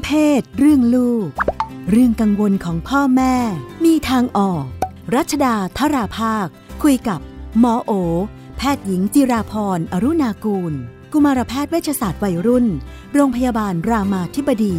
เพศเรื่องลูกเรื่องกังวลของพ่อแม่มีทางออกรัชดาธราภาคคุยกับหมอโอแพทย์หญิงจิราพรอรุณากูลกุมารแพทย์เวชศาสตร์วัยรุ่นโรงพยาบาลรามาธิบดี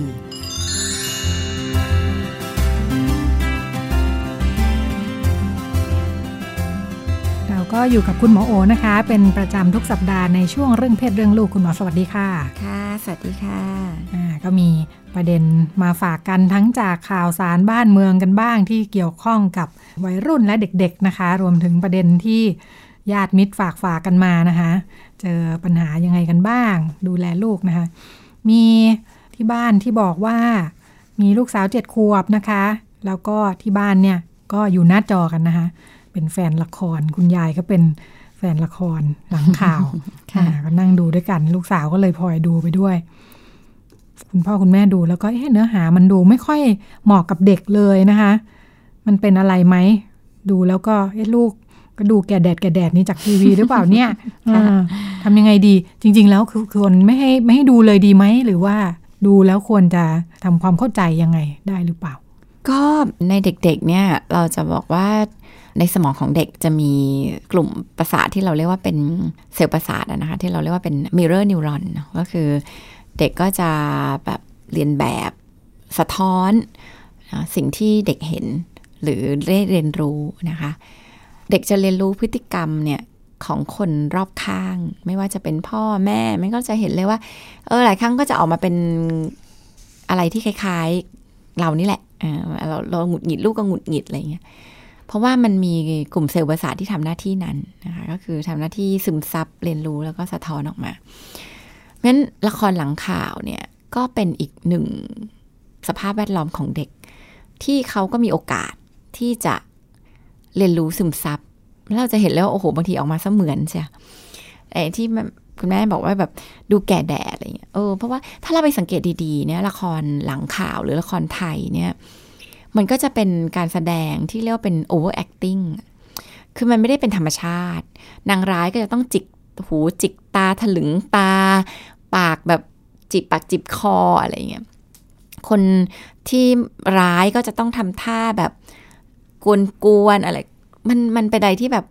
เราก็อยู่กับคุณหมอโอนะคะเป็นประจำทุกสัปดาห์ในช่วงเรื่องเพศเรื่องลูกคุณหมอสวัสดีค่ะค่ะสวัสดีค่ะก็มีประเด็นมาฝากกันทั้งจากข่าวสารบ้านเมืองกันบ้างที่เกี่ยวข้องกับวัยรุ่นและเด็กๆนะคะรวมถึงประเด็นที่ญาติมิตรฝากกันมานะคะเจอปัญหายังไงกันบ้างดูแลลูกนะคะมีที่บ้านที่บอกว่ามีลูกสาว7 ขวบนะคะแล้วก็ที่บ้านเนี่ยก็อยู่หน้าจอกันนะคะเป็นแฟนละครคุณยายก็เป็นแฟนละครหลังข่าว ก็นั่งดูด้วยกันลูกสาวก็เลยพลอยดูไปด้วยคุณพ่อคุณแม่ดูแล้วก็เนื้อหามันดูไม่ค่อยเหมาะกับเด็กเลยนะคะมันเป็นอะไรไหมดูแล้วก็ลูกก็ดูแก่แดดนี่จากทีวีหรือเปล่าเนี่ย ทำยังไงดีจริงๆแล้วคือควรไม่ให้ดูเลยดีไหมหรือว่าดูแล้วควรจะทำความเข้าใจยังไงได้หรือเปล่าก็ในเด็กๆเนี่ยเราจะบอกว่าในสมองของเด็กจะมีกลุ่มประสาทที่เราเรียกว่าเป็นเซลล์ประสาทนะคะที่เราเรียกว่าเป็น mirror neuron ก็คือเด็กก็จะแบบเรียนแบบสะท้อนสิ่งที่เด็กเห็นหรือได้เรียนรู้นะคะเด็กจะเรียนรู้พฤติกรรมเนี่ยของคนรอบข้างไม่ว่าจะเป็นพ่อแม่มันก็จะเห็นเลยว่าหลายครั้งก็จะออกมาเป็นอะไรที่คล้ายๆเรานี่แหละเราหงุดหงิดลูกก็หงุดหงิดอะไรเงี้ยเพราะว่ามันมีกลุ่มเซลล์ประสาทที่ทำหน้าที่นั้นนะคะก็คือทำหน้าที่ซึมซับเรียนรู้แล้วก็สะท้อนออกมางั้นละครหลังข่าวเนี่ยก็เป็นอีกหนึ่งสภาพแวดล้อมของเด็กที่เขาก็มีโอกาสที่จะเรียนรู้ซึมซับเราจะเห็นแล้วโอ้โหบางทีออกมาเสมือนใช่ไอ้ที่คุณแม่บอกว่าแบบดูแก่แดดอะไรเงี้ยเพราะว่าถ้าเราไปสังเกตดีๆเนี่ยละครหลังข่าวหรือละครไทยเนี่ยมันก็จะเป็นการแสดงที่เรียกว่าเป็น over acting คือมันไม่ได้เป็นธรรมชาตินางร้ายก็จะต้องจิกหูจิกตาถลึงตาปากแบบจิบปากจิบคออะไรเงี้ยคนที่ร้ายก็จะต้องทำท่าแบบกวนๆอะไรมันเป็นอะไรที่แบบ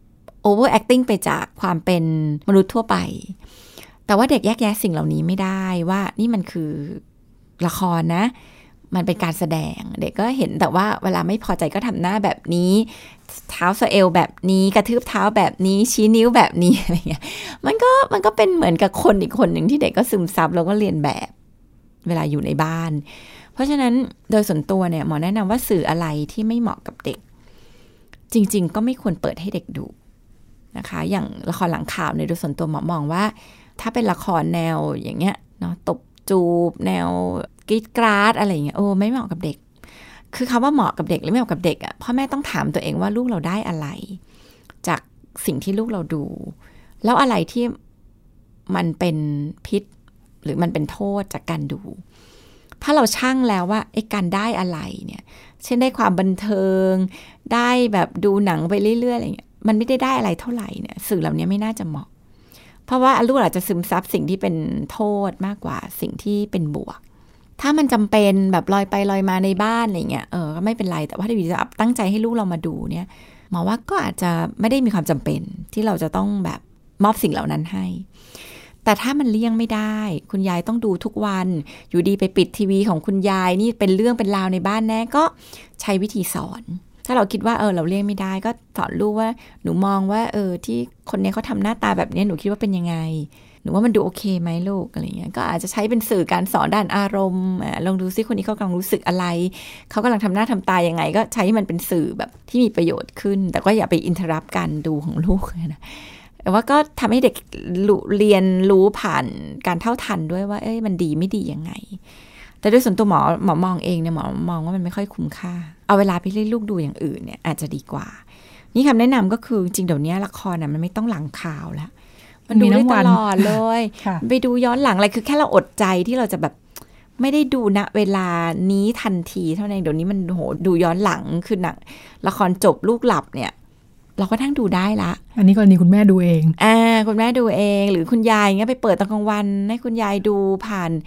over acting ไปจากความเป็นมนุษย์ทั่วไปแต่ว่าเด็กแยกแยะสิ่งเหล่านี้ไม่ได้ว่านี่มันคือละครนะมันเป็นการแสดงเด็กก็เห็นแต่ว่าเวลาไม่พอใจก็ทำหน้าแบบนี้เท้าสะเอวแบบนี้กระทืบเท้าแบบนี้ชี้นิ้วแบบนี้อะไรเงี้ยมันก็เป็นเหมือนกับคนอีกคนหนึ่งที่เด็กก็ซึมซับแล้วก็เรียนแบบเวลาอยู่ในบ้านเพราะฉะนั้นโดยส่วนตัวเนี่ยหมอแนะนำว่าสื่ออะไรที่ไม่เหมาะกับเด็กจริงๆก็ไม่ควรเปิดให้เด็กดูนะคะอย่างละครหลังข่าวในโดยส่วนตัวหมอมองว่าถ้าเป็นละครแนวอย่างเงี้ยเนาะตบจูบแนวกรีดกราดอะไรอย่างเงี้ยไม่เหมาะกับเด็กคือคำว่าเหมาะกับเด็กหรือไม่เหมาะกับเด็กอ่ะพ่อแม่ต้องถามตัวเองว่าลูกเราได้อะไรจากสิ่งที่ลูกเราดูแล้วอะไรที่มันเป็นพิษหรือมันเป็นโทษจากการดูถ้าเราชั่งแล้วว่าไอ้การได้อะไรเนี่ยเช่นได้ความบันเทิงได้แบบดูหนังไปเรื่อยๆอะไรเงี้ยมันไม่ได้อะไรเท่าไหร่เนี่ยสื่อเหล่านี้ไม่น่าจะเหมาะเพราะว่าลูกอาจจะซึมซับสิ่งที่เป็นโทษมากกว่าสิ่งที่เป็นบวกถ้ามันจำเป็นแบบลอยไปลอยมาในบ้านอะไรเงี้ยก็ไม่เป็นไรแต่ว่าถ้าเราจะตั้งใจให้ลูกเรามาดูเนี่ยหมอว่าก็อาจจะไม่ได้มีความจำเป็นที่เราจะต้องแบบมอบสิ่งเหล่านั้นให้แต่ถ้ามันเลี่ยงไม่ได้คุณยายต้องดูทุกวันอยู่ดีไปปิดทีวีของคุณยายนี่เป็นเรื่องเป็นราวในบ้านแน่ก็ใช้วิธีสอนถ้าเราคิดว่าเราเลี่ยงไม่ได้ก็สอนลูกว่าหนูมองว่าที่คนนี้เขาทำหน้าตาแบบนี้หนูคิดว่าเป็นยังไงหนูว่ามันดูโอเคไหมลูกอะไรเงี้ยก็อาจจะใช้เป็นสื่อการสอนด้านอารมณ์ลองดูซิคนนี้เขากำลังรู้สึกอะไรเขากำลังทำหน้าทำตายังไงก็ใช้ให้มันเป็นสื่อแบบที่มีประโยชน์ขึ้นแต่ก็อย่าไปอินเทอร์รัปการดูของลูกนะแต่ว่าก็ทำให้เด็กเรียนรู้ผ่านการเท่าทันด้วยว่ามันดีไม่ดียังไงแต่ด้วยส่วนตัวหมอมองเองเนี่ยหมอมองว่ามันไม่ค่อยคุ้มค่าเอาเวลาไปให้ลูกดูอย่างอื่นเนี่ยอาจจะดีกว่านี่คำแนะนำก็คือจริงเดี๋ยวนี้ละครมันไม่ต้องหลังข่าวแล้วมันดูได้ตลอดเลย ไปดูย้อนหลังอะไรคือแค่เราอดใจที่เราจะแบบไม่ได้ดูณเวลานี้ทันทีเท่านั้นเดี๋ยวนี้มันดูย้อนหลังคือหนังละครจบลูกหลับเนี่ยเราก็นั่งดูได้ละอันนี้กรณีคุณแม่ดูเองคุณแม่ดูเองหรือคุณยายเงี้ยไปเปิดตอนกลางวันให้คุณยายดูผ่าน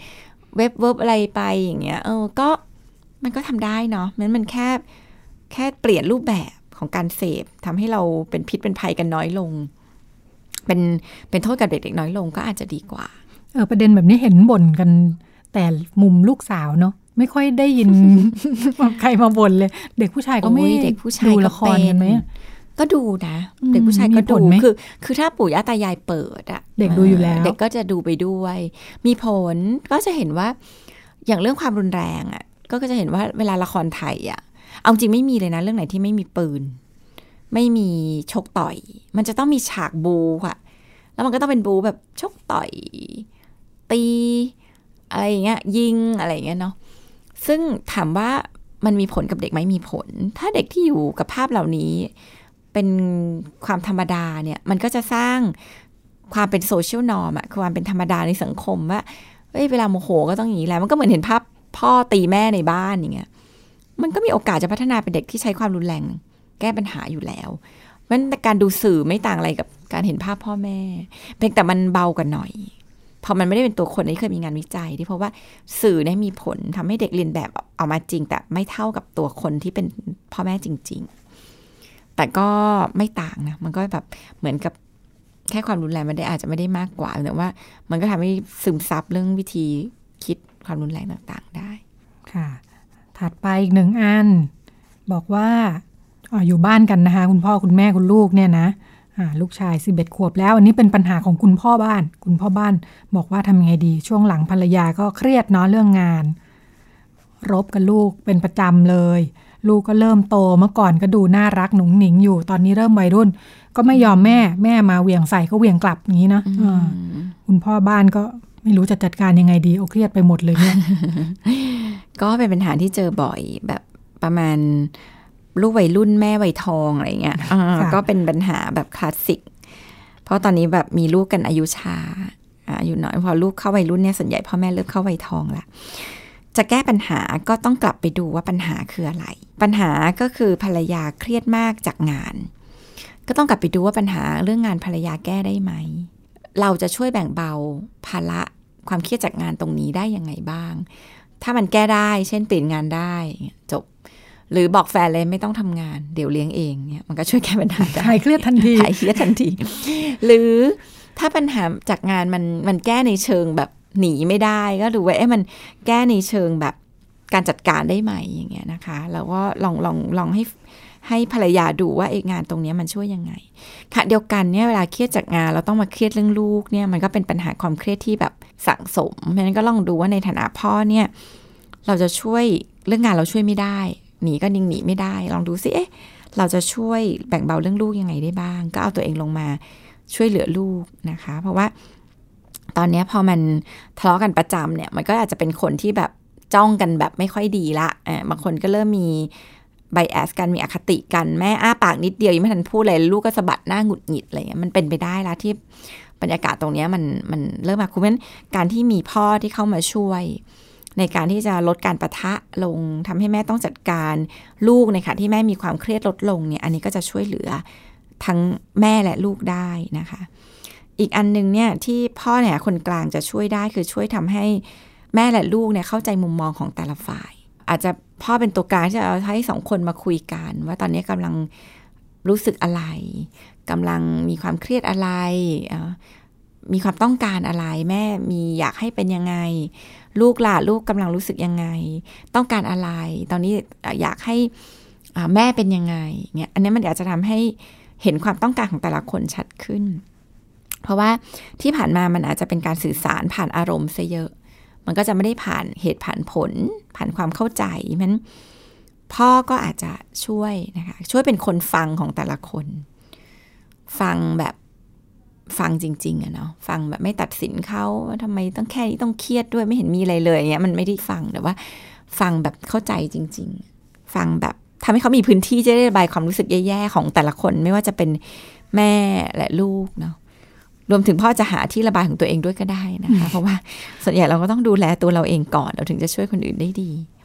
เว็บอะไรไปอย่างเงี้ยก็มันก็ทำได้เนาะมันแค่เปลี่ยนรูปแบบของการเสพทำให้เราเป็นพิษเป็นภัยกันน้อยลงเป็นโทษกับเด็กๆน้อยลงก็อาจจะดีกว่าประเด็นแบบนี้เห็นบ่นกันแต่มุมลูกสาวเนาะไม่ค่อยได้ยิน ใครมาบ่นเลยเด็กผู้ชายก็ไม่ดูละครกันไหมก็ดูนะเด็กผู้ชายก็ดูคือถ้าปู่ย่าตายายเปิดอะเด็กดูอยู่แล้วเด็กก็จะดูไปด้วยมีผลก็จะเห็นว่าอย่างเรื่องความรุนแรงอะก็จะเห็นว่าเวลาละครไทยอะเอาจริงไม่มีเลยนะเรื่องไหนที่ไม่มีปืนไม่มีชกต่อยมันจะต้องมีฉากบูค่ะแล้วมันก็ต้องเป็นบูแบบชกต่อยตีอะไรอย่างเงี้ยยิงอะไรอย่างเงี้ยเนาะซึ่งถามว่ามันมีผลกับเด็กไหมมีผลถ้าเด็กที่อยู่กับภาพเหล่านี้เป็นความธรรมดาเนี่ยมันก็จะสร้างความเป็นโซเชียลนอร์มอะความเป็นธรรมดาในสังคมว่าเวลาโมโหก็ต้องอย่างนี้แหละมันก็เหมือนเห็นภาพพ่อตีแม่ในบ้านอย่างเงี้ยมันก็มีโอกาสจะพัฒนาเป็นเด็กที่ใช้ความรุนแรงแก้ปัญหาอยู่แล้วมันการดูสื่อไม่ต่างอะไรกับการเห็นภาพพ่อแม่เพียงแต่มันเบากว่าหน่อยพอมันไม่ได้เป็นตัวคนที่เคยมีงานวิจัยที่เพราะว่าสื่อเนี่ยมีผลทำให้เด็กเรียนแบบออกมาจริงแต่ไม่เท่ากับตัวคนที่เป็นพ่อแม่จริงๆแต่ก็ไม่ต่างนะมันก็แบบเหมือนกับแค่ความรุนแรงมันได้อาจจะไม่ได้มากกว่าแต่ว่ามันก็ทำให้ซึมซับเรื่องวิธีคิดความรุนแรงต่างๆได้ค่ะถัดไปอีก1 อันบอกว่าอยู่บ้านกันนะคะคุณพ่อคุณแม่คุณลูกเนี่ยนะลูกชาย11 ขวบแล้วอันนี้เป็นปัญหาของคุณพ่อบ้านบอกว่าทำยังไงดีช่วงหลังภรรยาก็เครียดเนาะเรื่องงานรบกับลูกเป็นประจำเลยลูกก็เริ่มโตเมื่อก่อนก็ดูน่ารักหนุ่งหนิงอยู่ตอนนี้เริ่มวัยรุ่นก็ไม่ยอมแม่มาเหวี่ยงใส่ก็เหวี่ยงกลับอย่างนี้นะคุณพ่อบ้านก็ไม่รู้จะจัดการยังไงดีเครียดไปหมดเลยเนี่ยก็เป็นปัญหาที่เจอบ่อยแบบประมาณลูกวัยรุ่นแม่วัยทองอะไรเงี้ยก็เป็นปัญหาแบบคลาสสิกเพราะตอนนี้แบบมีลูกกันอายุช้าอายุน้อยพอลูกเข้าวัยรุ่นเนี่ยส่วนใหญ่พ่อแม่เริ่มเข้าวัยทองละจะแก้ปัญหาก็ต้องกลับไปดูว่าปัญหาคืออะไรปัญหาก็คือภรรยาเครียดมากจากงานก็ต้องกลับไปดูว่าปัญหาเรื่องงานภรรยาแก้ได้ไหมเราจะช่วยแบ่งเบาภาระความเครียดจากงานตรงนี้ได้ยังไงบ้างถ้ามันแก้ได้เช่นเปลี่ยนงานได้จบหรือบอกแฟนเลยไม่ต้องทำงานเดี๋ยวเลี้ยงเองเนี่ยมันก็ช่วยแก้ปัญหาได้หายเครียดทันทีหรือถ้าปัญหาจากงานมันแก้ในเชิงแบบหนีไม่ได้ก็ดูว่ามันแก้ในเชิงแบบการจัดการได้ไหมอย่างเงี้ยนะคะแล้วก็ลองให้ภรรยาดูว่างานตรงนี้มันช่วยยังไงค่ะเดียวกันเนี่ยเวลาเครียดจากงานเราต้องมาเครียดเรื่องลูกเนี่ยมันก็เป็นปัญหาความเครียดที่แบบสะสมเพราะฉะนั้นก็ลองดูว่าในฐานะพ่อเนี่ยเราจะช่วยเรื่องงานเราช่วยไม่ได้หนีก็นิ่งหนีไม่ได้ลองดูสิเราจะช่วยแบ่งเบาเรื่องลูกยังไงได้บ้างก็เอาตัวเองลงมาช่วยเหลือลูกนะคะเพราะว่าตอนนี้พอมันทะเลาะกันประจำเนี่ยมันก็อาจจะเป็นคนที่แบบจ้องกันแบบไม่ค่อยดีละบางคนก็เริ่มมีไบแอสกันมีอคติกันแม่อ้าปากนิดเดียวยังไม่ทันพูดเลยลูกก็สะบัดหน้าหงุดหงิดอะไรเงี้ยมันเป็นไปได้ละที่บรรยากาศตรงนี้มันเริ่มมาคุณเพราะฉะนั้นการที่มีพ่อที่เข้ามาช่วยในการที่จะลดการปะทะลงทำให้แม่ต้องจัดการลูกในขณะที่แม่มีความเครียดลดลงเนี่ยอันนี้ก็จะช่วยเหลือทั้งแม่และลูกได้นะคะอีกอันนึงเนี่ยที่พ่อเนี่ยคนกลางจะช่วยได้คือช่วยทำให้แม่และลูกเนี่ยเข้าใจมุมมองของแต่ละฝ่ายอาจจะพ่อเป็นตัวกลางที่จะเอาให้2 คนมาคุยกันว่าตอนนี้กำลังรู้สึกอะไรกำลังมีความเครียดอะไรมีความต้องการอะไรแม่มีอยากให้เป็นยังไงลูกล่ะลูกกำลังรู้สึกยังไงต้องการอะไรตอนนี้อยากให้แม่เป็นยังไงเนี่ยอันนี้มันอาจจะทำให้เห็นความต้องการของแต่ละคนชัดขึ้นเพราะว่าที่ผ่านมามันอาจจะเป็นการสื่อสารผ่านอารมณ์ซะเยอะมันก็จะไม่ได้ผ่านเหตุผ่านผลผ่านความเข้าใจมันพ่อก็อาจจะช่วยนะคะช่วยเป็นคนฟังของแต่ละคนฟังแบบฟังจริงๆอะเนาะฟังแบบไม่ตัดสินเขาว่าทำไมต้องแค่นี้ต้องเครียดด้วยไม่เห็นมีอะไรเลยเงี้ยมันไม่ได้ฟังแต่ว่าฟังแบบเข้าใจจริงๆฟังแบบทำให้เขามีพื้นที่จะได้ระบายความรู้สึกแย่ๆของแต่ละคนไม่ว่าจะเป็นแม่และลูกเนาะรวมถึงพ่อจะหาที่ระบายของตัวเองด้วยก็ได้นะคะเพราะว่าส่วนใหญ่เราก็ต้องดูแลตัวเราเองก่อนเราถึงจะช่วยคนอื่นได้ดี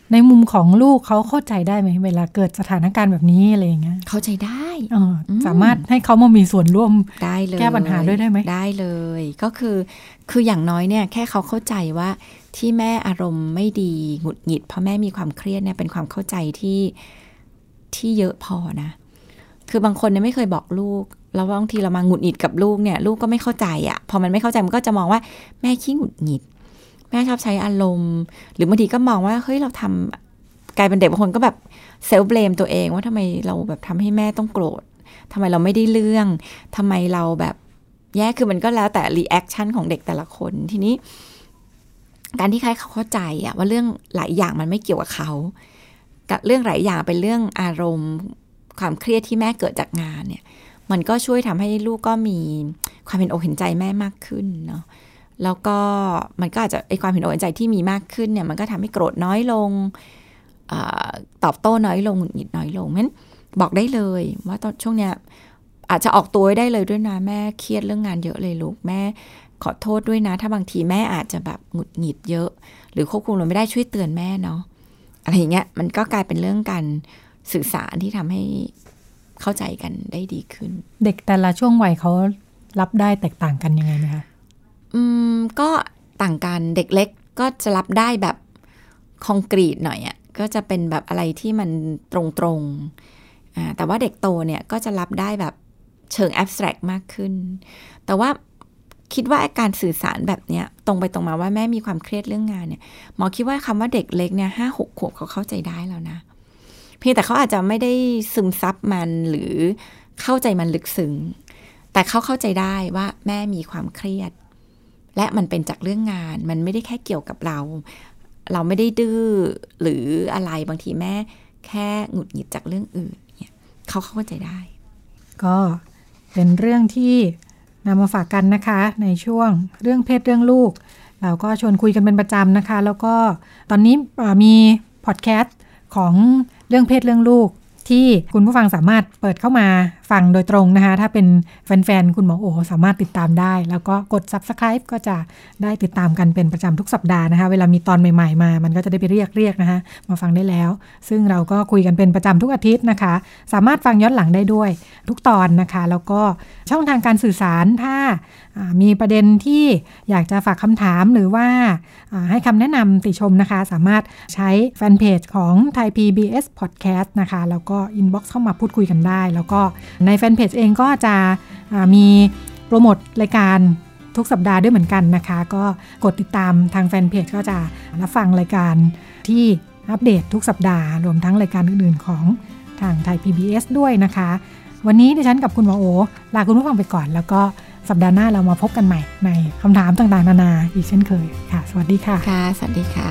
ในมุมของลูกเขาเข้าใจได้ไหมเวลาเกิดสถานการณ์แบบนี้อะไรอย่างเงี้ยเข้าใจได้สามารถให้เขามามีส่วนร่วมได้เลยแก้ปัญหาด้วยได้ไหมได้เลยก็คืออย่างน้อยเนี่ยแค่เขาเข้าใจว่าที่แม่อารมณ์ไม่ดีหงุดหงิดเพราะแม่มีความเครียดเนี่ยเป็นความเข้าใจที่เยอะพอนะคือบางคนเนี่ยไม่เคยบอกลูกแล้วบางทีเรามาหงุดหงิดกับลูกเนี่ยลูกก็ไม่เข้าใจอ่ะพอมันไม่เข้าใจมันก็จะมองว่าแม่ขี้หงุดหงิดแม่ชอบใช้อารมณ์หรือบางทีก็มองว่าเฮ้ยเราทำกลายเป็นเด็กบางคนก็แบบเซลฟ์เบลมตัวเองว่าทำไมเราแบบทำให้แม่ต้องโกรธทำไมเราไม่ได้เรื่องทำไมเราแบบแย่คือมันก็แล้วแต่รีแอคชั่นของเด็กแต่ละคนทีนี้การที่ใครเขาเข้าใจอะว่าเรื่องหลายอย่างมันไม่เกี่ยวกับเขากับเรื่องหลายอย่างเป็นเรื่องอารมณ์ความเครียดที่แม่เกิดจากงานเนี่ยมันก็ช่วยทำให้ลูกก็มีความเห็นอกเห็นใจแม่มากขึ้นเนาะแล้วก็มันก็อาจจะความเห็นอกเห็นใจที่มีมากขึ้นเนี่ยมันก็ทำให้โกรธน้อยลงตอบโต้น้อยลงหงุดหงิดน้อยลงงั้นบอกได้เลยว่าตอนช่วงเนี้ยอาจจะออกตัวได้เลยด้วยนะแม่เครียดเรื่องงานเยอะเลยลูกแม่ขอโทษด้วยนะถ้าบางทีแม่อาจจะแบบหงุดหงิดเยอะหรือควบคุมเราไม่ได้ช่วยเตือนแม่เนาะอะไรอย่างเงี้ยมันก็กลายเป็นเรื่องการสื่อสารที่ทำให้เข้าใจกันได้ดีขึ้นเด็กแต่ละช่วงวัยเขารับได้แตกต่างกันยังไงไหมคะก็ต่างกันเด็กเล็กก็จะรับได้แบบคอนกรีตหน่อยอ่ะก็จะเป็นแบบอะไรที่มันตรงๆแต่ว่าเด็กโตเนี่ยก็จะรับได้แบบเชิงแอบสแตรกมากขึ้นแต่ว่าคิดว่าการสื่อสารแบบเนี้ยตรงไปตรงมาว่าแม่มีความเครียดเรื่องงานเนี่ยหมอคิดว่าคำว่าเด็กเล็กเนี่ย5-6 ขวบเขาเข้าใจได้แล้วนะเพียงแต่เขาอาจจะไม่ได้ซึมซับมันหรือเข้าใจมันลึกซึ้งแต่เขาเข้าใจได้ว่าแม่มีความเครียดและมันเป็นจากเรื่องงานมันไม่ได้แค่เกี่ยวกับเราไม่ได้ดื้อหรืออะไรบางทีแม่แค่หงุดหงิดจากเรื่องอื่นเนี่ยเขาเข้าใจได้ก็เป็นเรื่องที่นำมาฝากกันนะคะในช่วงเรื่องเพศเรื่องลูกเราก็ชวนคุยกันเป็นประจำนะคะแล้วก็ตอนนี้มีพอดแคสต์ของเรื่องเพศเรื่องลูกที่คุณผู้ฟังสามารถเปิดเข้ามาฟังโดยตรงนะคะถ้าเป็นแฟนๆคุณหมอโอสามารถติดตามได้แล้วก็กด Subscribe ก็จะได้ติดตามกันเป็นประจำทุกสัปดาห์นะคะเวลามีตอนใหม่ๆมามันก็จะได้ไปเรียกนะคะมาฟังได้แล้วซึ่งเราก็คุยกันเป็นประจำทุกอาทิตย์นะคะสามารถฟังย้อนหลังได้ด้วยทุกตอนนะคะแล้วก็ช่องทางการสื่อสารถ้ามีประเด็นที่อยากจะฝากคำถามหรือว่าให้คำแนะนำติชมนะคะสามารถใช้แฟนเพจของ Thai PBS Podcast นะคะแล้วก็อินบ็อกซ์เข้ามาพูดคุยกันได้แล้วก็ในแฟนเพจเองก็จะมีโปรโมทรายการทุกสัปดาห์ด้วยเหมือนกันนะคะก็กดติดตามทางแฟนเพจก็จะรับฟังรายการที่อัปเดตทุกสัปดาห์รวมทั้งรายการอื่นๆของทาง Thai PBS ด้วยนะคะวันนี้ดิฉันกับคุณหมอโอลาคุณผู้ฟังไปก่อนแล้วก็สัปดาห์หน้าเรามาพบกันใหม่ในคำถามต่างๆนานาอีกเช่นเคยค่ะสวัสดีค่ะค่ะสวัสดีค่ะ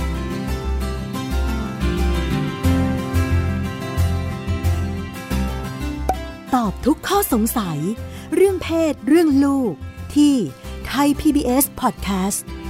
ตอบทุกข้อสงสัยเรื่องเพศเรื่องลูกที่ Thai PBS Podcast